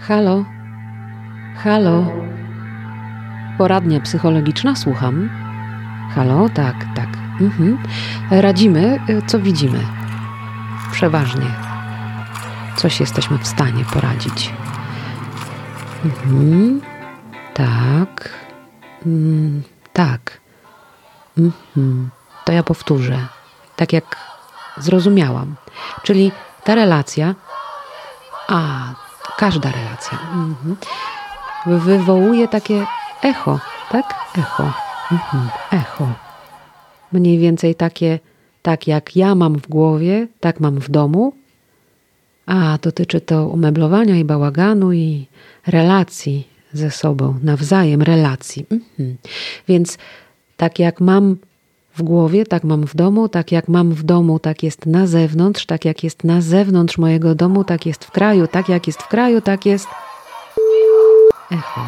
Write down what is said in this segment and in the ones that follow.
Halo? Halo? Poradnia psychologiczna, słucham. Halo? Tak. Radzimy, co widzimy. Przeważnie. Coś jesteśmy w stanie poradzić. Tak. Tak. To ja powtórzę. Tak jak zrozumiałam. Czyli ta relacja, każda relacja, wywołuje takie echo, tak? Echo. Echo. Mniej więcej takie, tak jak ja mam w głowie, tak mam w domu. Dotyczy to umeblowania i bałaganu i relacji ze sobą, nawzajem relacji. Więc tak jak mam w głowie, tak mam w domu, tak jak mam w domu, tak jest na zewnątrz, tak jak jest na zewnątrz mojego domu, tak jest w kraju, tak jak jest w kraju, tak jest echo.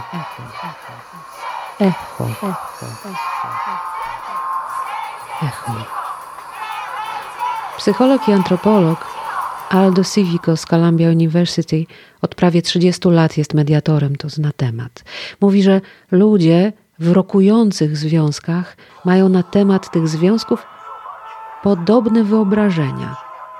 Psycholog i antropolog Aldo Civico z Columbia University od prawie 30 lat jest mediatorem, to zna temat. Mówi, że ludzie w rokujących związkach mają na temat tych związków podobne wyobrażenia.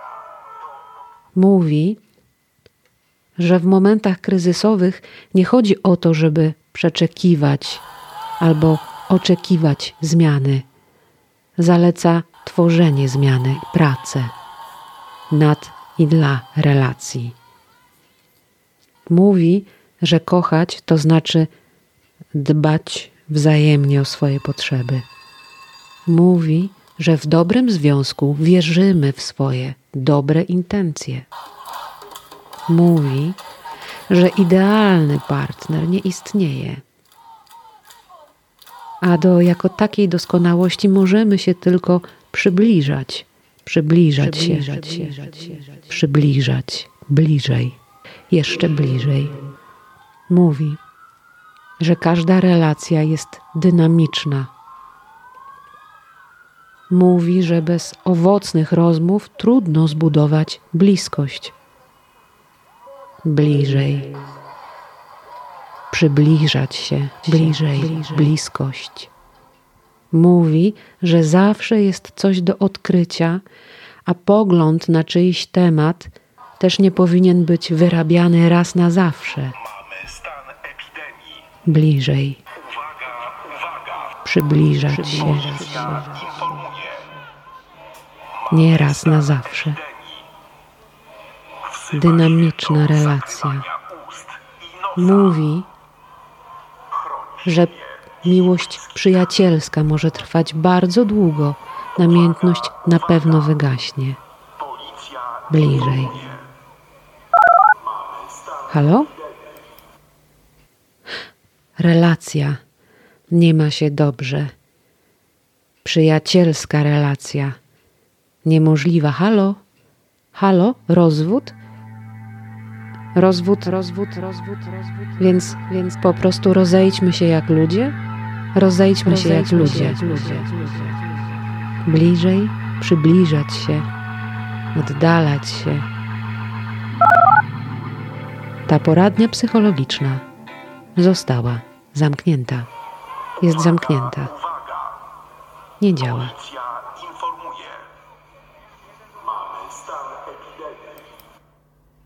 Mówi, że w momentach kryzysowych nie chodzi o to, żeby przeczekiwać albo oczekiwać zmiany. Zaleca tworzenie zmiany, pracę nad i dla relacji. Mówi, że kochać to znaczy dbać wzajemnie o swoje potrzeby. Mówi, że w dobrym związku wierzymy w swoje dobre intencje. Mówi, że idealny partner nie istnieje. A do jako takiej doskonałości możemy się tylko przybliżać bliżej, jeszcze bliżej. Mówi, że każda relacja jest dynamiczna. Mówi, że bez owocnych rozmów trudno zbudować bliskość. Bliżej. Przybliżać się, bliżej, bliskość. Mówi, że zawsze jest coś do odkrycia, a pogląd na czyjś temat też nie powinien być wyrabiany raz na zawsze. Bliżej. Przybliżać się. Nie raz na zawsze. Dynamiczna relacja. Mówi, że miłość przyjacielska może trwać bardzo długo. Namiętność na pewno wygaśnie. Bliżej. Halo? Relacja. Nie ma się dobrze. Przyjacielska relacja. Niemożliwa. Halo? Halo? Rozwód? Rozwód. Więc po prostu rozejdźmy się jak ludzie? Rozejdźmy się jak ludzie. Bliżej, przybliżać się, oddalać się. Ta poradnia psychologiczna została zamknięta. Jest zamknięta. Nie działa.